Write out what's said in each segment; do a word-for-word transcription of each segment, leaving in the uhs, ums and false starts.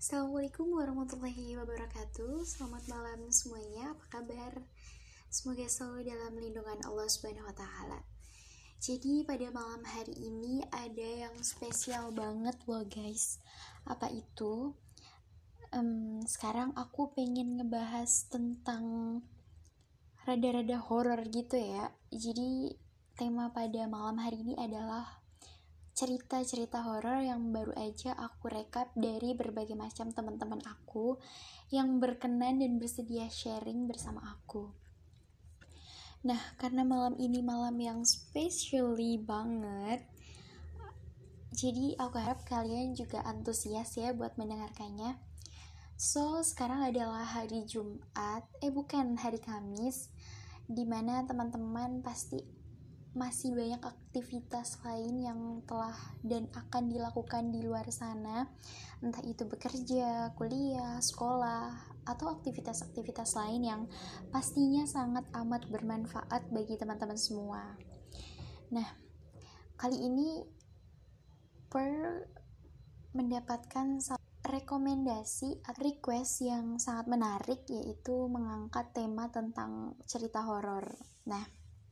Assalamualaikum warahmatullahi wabarakatuh. Selamat malam semuanya, apa kabar? Semoga selalu dalam lindungan Allah Subhanahu wa taala. Jadi pada malam hari ini ada yang spesial banget loh guys. Apa itu? Um, sekarang aku pengen ngebahas tentang rada-rada horor gitu ya. Jadi tema pada malam hari ini adalah cerita-cerita horor yang baru aja aku rekap dari berbagai macam teman-teman aku yang berkenan dan bersedia sharing bersama aku. Nah, karena malam ini malam yang specially banget, jadi aku harap kalian juga antusias ya buat mendengarkannya. So, sekarang adalah hari Jumat, eh bukan hari Kamis, dimana teman-teman pasti masih banyak aktivitas lain yang telah dan akan dilakukan di luar sana, entah itu bekerja, kuliah, sekolah, atau aktivitas-aktivitas lain yang pastinya sangat amat bermanfaat bagi teman-teman semua. Nah, kali ini per mendapatkan rekomendasi atau request yang sangat menarik, yaitu mengangkat tema tentang cerita horor. Nah,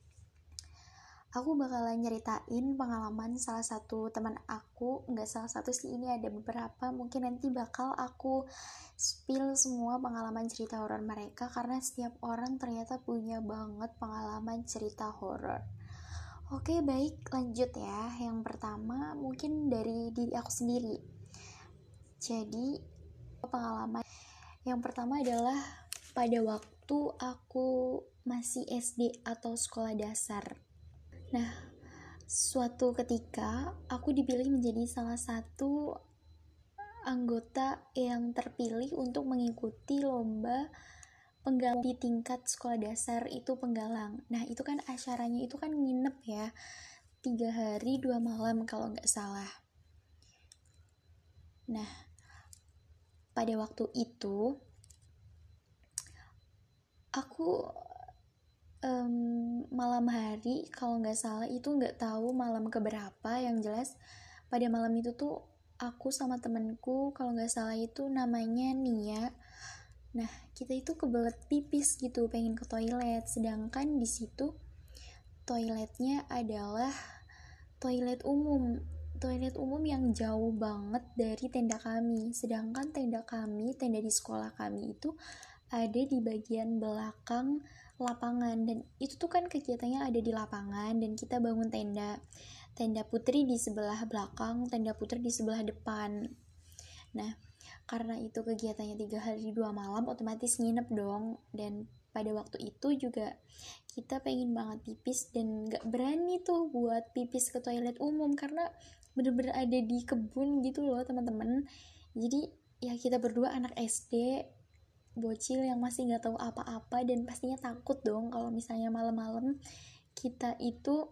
aku bakalan nyeritain pengalaman salah satu teman aku, nggak salah satu sih, ini ada beberapa, mungkin nanti bakal aku spill semua pengalaman cerita horor mereka, karena setiap orang ternyata punya banget pengalaman cerita horor. Oke, baik, lanjut ya. Yang pertama mungkin dari diri aku sendiri. Jadi pengalaman yang pertama adalah pada waktu aku masih S D atau sekolah dasar. Nah, suatu ketika aku dipilih menjadi salah satu anggota yang terpilih untuk mengikuti lomba penggalang di tingkat sekolah dasar, itu penggalang. Nah, itu kan acaranya itu kan nginep ya, tiga hari dua malam kalau nggak salah. Nah, pada waktu itu aku Um, malam hari kalau nggak salah itu nggak tahu malam keberapa, yang jelas pada malam itu tuh aku sama temenku, kalau nggak salah itu namanya Nia. Nah, kita itu kebelet pipis gitu, pengen ke toilet, sedangkan di situ toiletnya adalah toilet umum toilet umum yang jauh banget dari tenda kami, sedangkan tenda kami tenda di sekolah kami itu ada di bagian belakang lapangan, dan itu tuh kan kegiatannya ada di lapangan, dan kita bangun tenda tenda putri di sebelah belakang, tenda putri di sebelah depan. Nah, karena itu kegiatannya tiga hari dua malam, otomatis nginep dong, dan pada waktu itu juga kita pengen banget pipis dan gak berani tuh buat pipis ke toilet umum karena bener-bener ada di kebun gitu loh teman-teman. Jadi ya kita berdua anak S D bocil yang masih nggak tahu apa-apa, dan pastinya takut dong kalau misalnya malam-malam kita itu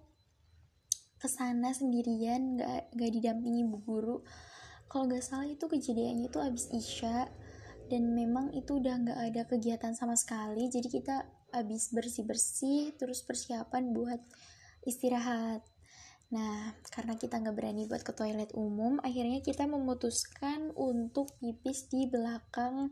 kesana sendirian, nggak nggak didampingi bu guru. Kalau nggak salah itu kejadiannya itu abis isya, dan memang itu udah nggak ada kegiatan sama sekali, jadi kita abis bersih-bersih terus persiapan buat istirahat. Nah, karena kita nggak berani buat ke toilet umum, akhirnya kita memutuskan untuk pipis di belakang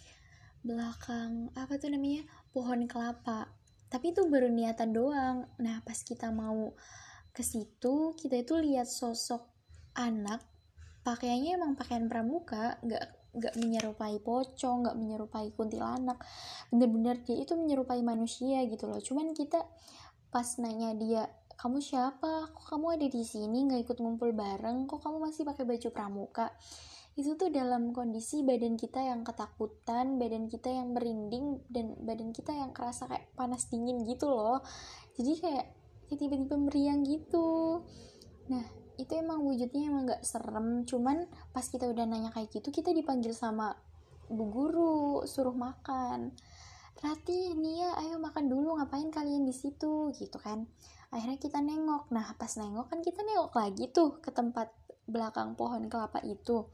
belakang apa tuh namanya, pohon kelapa. Tapi itu baru niatan doang. Nah, pas kita mau ke situ, kita itu lihat sosok anak, pakaiannya emang pakaian pramuka, nggak nggak menyerupai pocong, nggak menyerupai kuntilanak, bener-bener dia itu menyerupai manusia gitu loh. Cuman kita pas nanya dia, kamu siapa? Kok kamu ada di sini? Nggak ikut ngumpul bareng? Kok kamu masih pakai baju pramuka? Itu tuh dalam kondisi badan kita yang ketakutan, badan kita yang merinding, dan badan kita yang kerasa kayak panas dingin gitu loh. Jadi kayak, kayak tiba-tiba meriang gitu. Nah, itu emang wujudnya emang gak serem, cuman pas kita udah nanya kayak gitu, kita dipanggil sama bu guru, suruh makan. Rati, Nia, ayo makan dulu, ngapain kalian di situ gitu kan. Akhirnya kita nengok. Nah, pas nengok kan kita nengok lagi tuh ke tempat belakang pohon kelapa itu.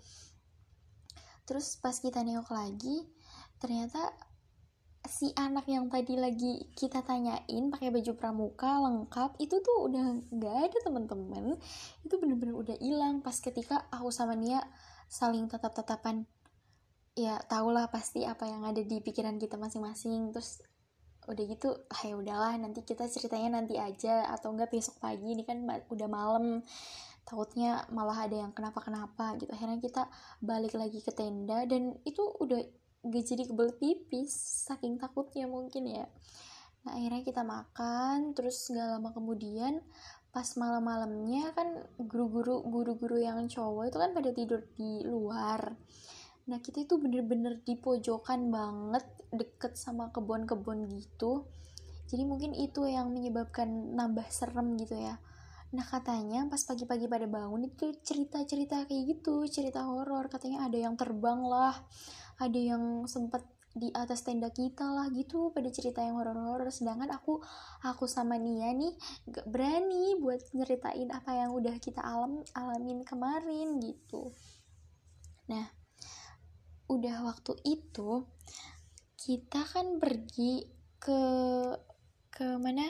Terus pas kita nengok lagi, ternyata si anak yang tadi lagi kita tanyain pakai baju pramuka lengkap itu tuh udah nggak ada teman-teman. Itu bener-bener udah hilang pas ketika aku sama Nia saling tatap-tatapan. ya tahulah pasti apa yang ada di pikiran kita masing-masing. Terus udah gitu, ah ya udahlah nanti kita ceritanya nanti aja atau enggak besok pagi, ini kan udah malam, takutnya malah ada yang kenapa-kenapa gitu. Akhirnya kita balik lagi ke tenda dan itu udah gak jadi kebelet pipis saking takutnya mungkin ya. Nah akhirnya kita makan, terus gak lama kemudian pas malam-malamnya kan guru-guru guru-guru yang cowok itu kan pada tidur di luar. Nah kita itu bener-bener di pojokan banget, deket sama kebun-kebun gitu. Jadi mungkin itu yang menyebabkan nambah serem gitu ya. Nah katanya pas pagi-pagi pada bangun itu cerita-cerita kayak gitu, cerita horor. Katanya ada yang terbang lah, ada yang sempet di atas tenda kita lah gitu, pada cerita yang horor-horor. Sedangkan aku aku sama Nia nih gak berani buat nyeritain apa yang udah kita alam alamin kemarin gitu. Nah udah waktu itu kita kan pergi ke ke mana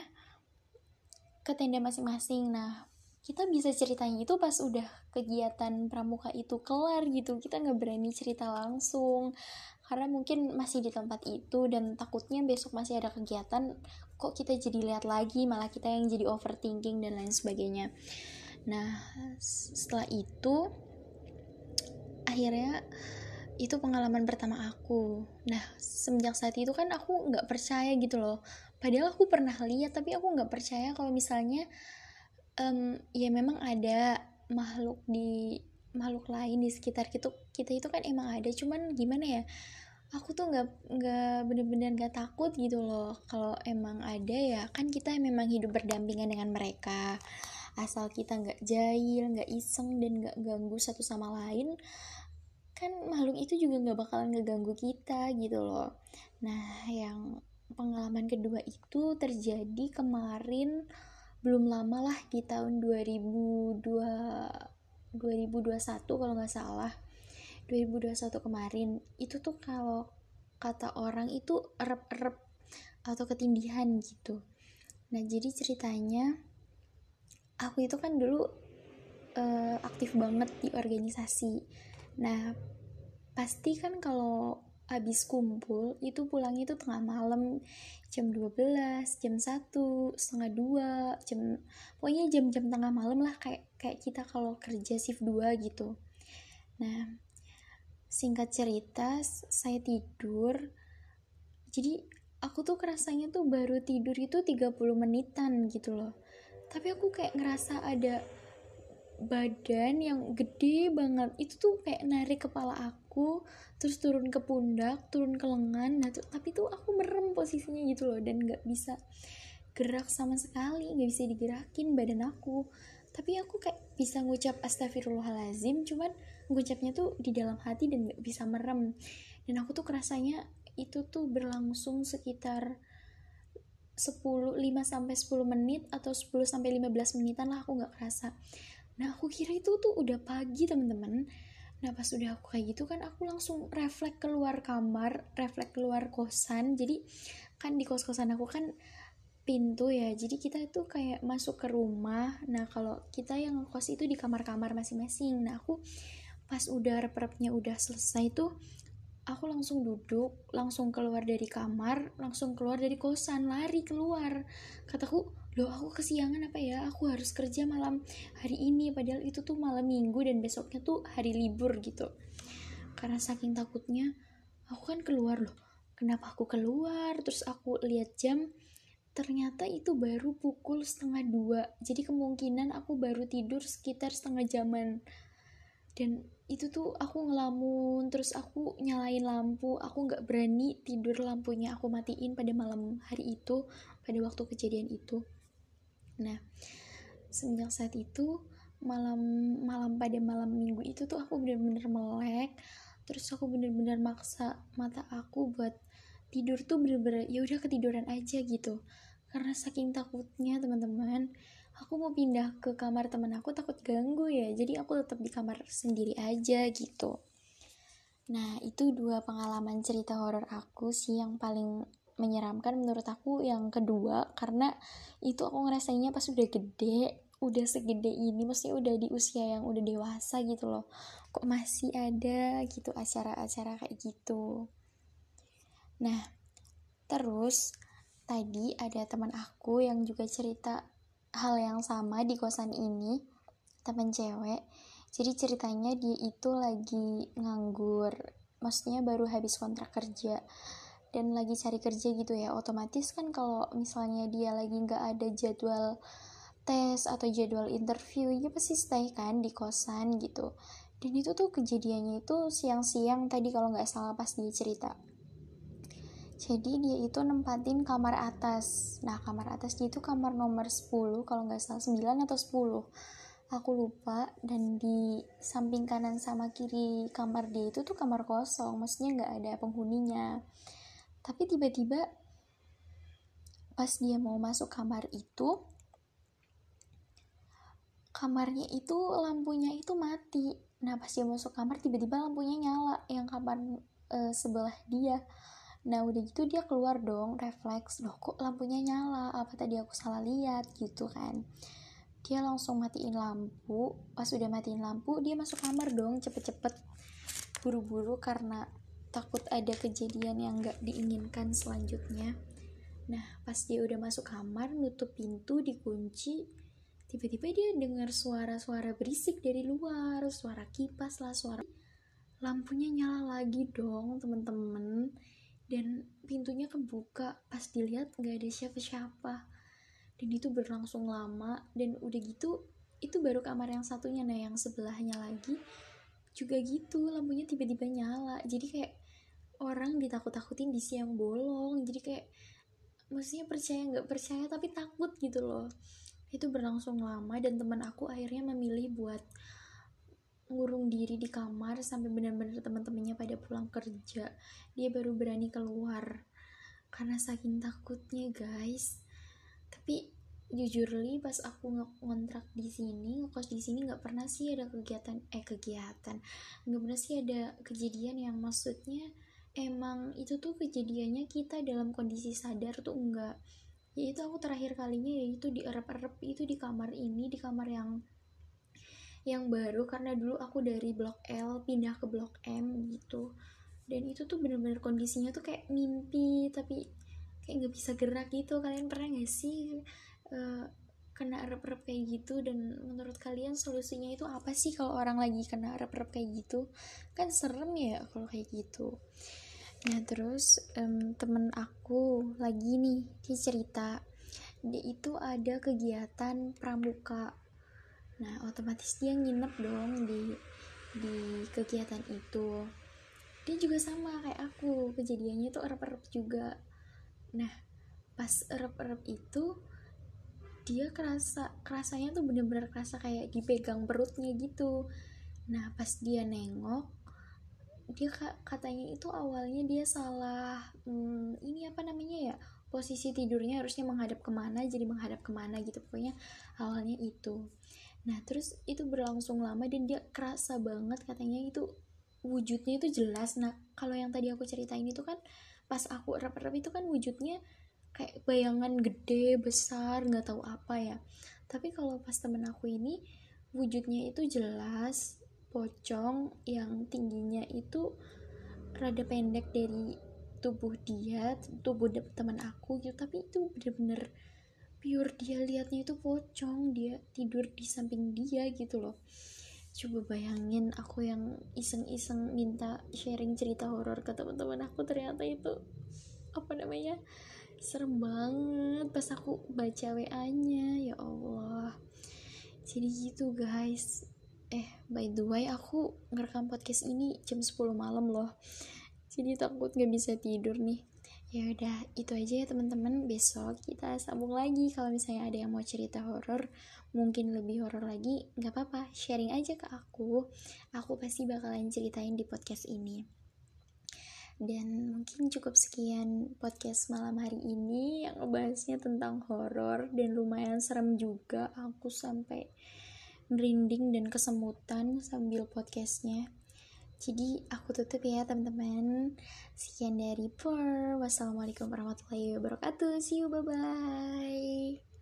ke tenda masing-masing. Nah kita bisa ceritanya itu pas udah kegiatan pramuka itu kelar gitu. Kita nggak berani cerita langsung karena mungkin masih di tempat itu dan takutnya besok masih ada kegiatan kok kita jadi lihat lagi, malah kita yang jadi overthinking dan lain sebagainya. Nah setelah itu akhirnya itu pengalaman pertama aku. Nah semenjak saat itu kan aku nggak percaya gitu loh, padahal aku pernah lihat tapi aku nggak percaya kalau misalnya um, ya memang ada makhluk di makhluk lain di sekitar kita kita itu kan emang ada, cuman gimana ya, aku tuh nggak nggak bener-bener nggak takut gitu loh. Kalau emang ada ya kan kita memang hidup berdampingan dengan mereka, asal kita nggak jahil, nggak iseng dan nggak ganggu satu sama lain, kan makhluk itu juga nggak bakalan ngeganggu kita gitu loh. Nah yang pengalaman kedua itu terjadi kemarin, belum lama lah, di tahun dua ribu dua puluh satu kalau nggak salah, dua ribu dua puluh satu kemarin. Itu tuh kalau kata orang itu erep-erep atau ketindihan gitu. Nah jadi ceritanya aku itu kan dulu uh, aktif banget di organisasi. Nah pasti kan kalau abis kumpul itu pulangnya itu tengah malam, jam dua belas, jam satu, setengah dua, jam pokoknya jam-jam tengah malam lah, kayak kayak kita kalau kerja shift dua gitu. Nah singkat cerita saya tidur, jadi aku tuh kerasanya tuh baru tidur itu tiga puluh menitan gitu loh, tapi aku kayak ngerasa ada badan yang gede banget itu tuh kayak narik kepala aku terus turun ke pundak, turun ke lengan. Nah tuh, tapi tuh aku merem posisinya gitu loh dan nggak bisa gerak sama sekali, nggak bisa digerakin badan aku, tapi aku kayak bisa ngucap astagfirullahalazim, cuman ngucapnya tuh di dalam hati dan nggak bisa merem. Dan aku tuh kerasanya itu tuh berlangsung sekitar sepuluh, lima sampai sepuluh menit atau sepuluh sampai lima belas menitan lah, aku nggak kerasa. Nah aku kira itu tuh udah pagi teman-teman. Nah pas udah aku kayak gitu kan aku langsung refleks keluar kamar, refleks keluar kosan. Jadi kan di kos-kosan aku kan pintu ya, jadi kita itu kayak masuk ke rumah. Nah kalau kita yang kos itu di kamar-kamar masing-masing. Nah aku pas udah rep-repnya udah selesai tuh aku langsung duduk, langsung keluar dari kamar, langsung keluar dari kosan, lari keluar. Kataku, loh aku kesiangan apa ya, aku harus kerja malam hari ini, padahal itu tuh malam minggu dan besoknya tuh hari libur gitu. Karena saking takutnya aku kan keluar, loh kenapa aku keluar, terus aku lihat jam, ternyata itu baru pukul setengah dua, jadi kemungkinan aku baru tidur sekitar setengah jaman. Dan itu tuh aku ngelamun, terus aku nyalain lampu, aku gak berani tidur, lampunya aku matiin pada malam hari itu, pada waktu kejadian itu. Nah semenjak saat itu malam malam pada malam minggu itu tuh aku bener-bener melek, terus aku bener-bener maksa mata aku buat tidur tuh bener-bener ya udah ketiduran aja gitu, karena saking takutnya teman-teman. Aku mau pindah ke kamar teman aku takut ganggu ya, jadi aku tetap di kamar sendiri aja gitu. Nah itu dua pengalaman cerita horor aku sih yang paling menyeramkan menurut aku. Yang kedua karena itu aku ngerasainnya pas udah gede, udah segede ini, maksudnya udah di usia yang udah dewasa gitu loh, kok masih ada gitu acara-acara kayak gitu. Nah terus tadi ada teman aku yang juga cerita hal yang sama di kosan ini, teman cewek. Jadi ceritanya dia itu lagi nganggur, maksudnya baru habis kontrak kerja dan lagi cari kerja gitu ya. Otomatis kan kalau misalnya dia lagi nggak ada jadwal tes atau jadwal interview, dia pasti stay kan di kosan gitu. Dan itu tuh kejadiannya itu siang-siang tadi kalau nggak salah pas dia cerita. Jadi dia itu nempatin kamar atas. Nah kamar atas dia itu kamar nomor sepuluh kalau nggak salah, sembilan atau sepuluh, aku lupa. Dan di samping kanan sama kiri kamar dia itu tuh kamar kosong, maksudnya nggak ada penghuninya. Tapi tiba-tiba pas dia mau masuk kamar itu, kamarnya itu lampunya itu mati. Nah pas dia masuk kamar tiba-tiba lampunya nyala yang kamar e, sebelah dia. Nah udah gitu dia keluar dong, refleks, loh kok lampunya nyala, apa tadi aku salah lihat gitu kan. Dia langsung matiin lampu. Pas udah matiin lampu dia masuk kamar dong, cepet-cepet buru-buru karena takut ada kejadian yang gak diinginkan selanjutnya. Nah pas dia udah masuk kamar, nutup pintu, dikunci, tiba-tiba dia dengar suara-suara berisik dari luar, suara kipas lah, suara lampunya nyala lagi dong temen-temen. Dan pintunya kebuka, pas dilihat gak ada siapa-siapa. Dan itu berlangsung lama. Dan udah gitu, itu baru kamar yang satunya. Nah yang sebelahnya lagi juga gitu, lampunya tiba-tiba nyala. Jadi kayak orang ditakut-takutin di siang bolong. Jadi kayak maksudnya percaya gak percaya tapi takut gitu loh. Itu berlangsung lama. Dan teman aku akhirnya memilih buat ngurung diri di kamar sampai benar-benar teman-temannya pada pulang kerja. Dia baru berani keluar karena saking takutnya guys. Tapi jujur li pas aku ngontrak di sini, ngekos di sini nggak pernah sih ada kegiatan eh kegiatan nggak pernah sih ada kejadian yang maksudnya emang itu tuh kejadiannya kita dalam kondisi sadar tuh enggak. Ya itu aku terakhir kalinya yaitu di erep-erep itu di kamar ini, di kamar yang yang baru, karena dulu aku dari blok L pindah ke blok M gitu. Dan itu tuh bener-bener kondisinya tuh kayak mimpi tapi kayak nggak bisa gerak gitu. Kalian pernah nggak sih uh, kena erep-erep kayak gitu? Dan menurut kalian solusinya itu apa sih kalau orang lagi kena erep-erep kayak gitu? Kan serem ya kalau kayak gitu. Nah terus um, temen aku lagi nih, dia cerita dia itu ada kegiatan pramuka. Nah otomatis dia nginep dong di di kegiatan itu. Dia juga sama kayak aku, kejadiannya tuh erep-erep juga. Nah pas erep-erep itu dia kerasa kerasanya tuh bener-bener kerasa kayak dipegang perutnya gitu. Nah pas dia nengok, dia katanya itu awalnya dia salah hmm, ini apa namanya ya, posisi tidurnya harusnya menghadap kemana jadi menghadap kemana gitu, pokoknya awalnya itu. Nah terus itu berlangsung lama dan dia kerasa banget katanya itu wujudnya itu jelas. Nah kalau yang tadi aku ceritain itu kan pas aku erep-erep itu kan wujudnya kayak bayangan gede besar nggak tahu apa ya. Tapi kalau pas temen aku ini wujudnya itu jelas, pocong yang tingginya itu rada pendek dari tubuh dia, tubuh teman aku gitu. Tapi itu bener-bener pure, dia liatnya itu pocong, dia tidur di samping dia gitu loh. Coba bayangin aku yang iseng-iseng minta sharing cerita horor ke teman-teman aku, ternyata itu apa namanya serem banget pas aku baca W A-nya. Ya Allah. Jadi gitu guys. Eh by the way aku ngerekam podcast ini jam sepuluh malam loh. Jadi takut gak bisa tidur nih. Ya udah itu aja ya teman-teman, besok kita sambung lagi. Kalau misalnya ada yang mau cerita horor, mungkin lebih horor lagi, nggak apa-apa, sharing aja ke aku. Aku pasti bakalan ceritain di podcast ini. Dan mungkin cukup sekian podcast malam hari ini yang ngebahasnya tentang horor dan lumayan serem juga. Aku sampai merinding dan kesemutan sambil podcastnya. Jadi aku tutup ya teman-teman. Sekian dari Pur. Wassalamualaikum warahmatullahi wabarakatuh. See you, bye-bye.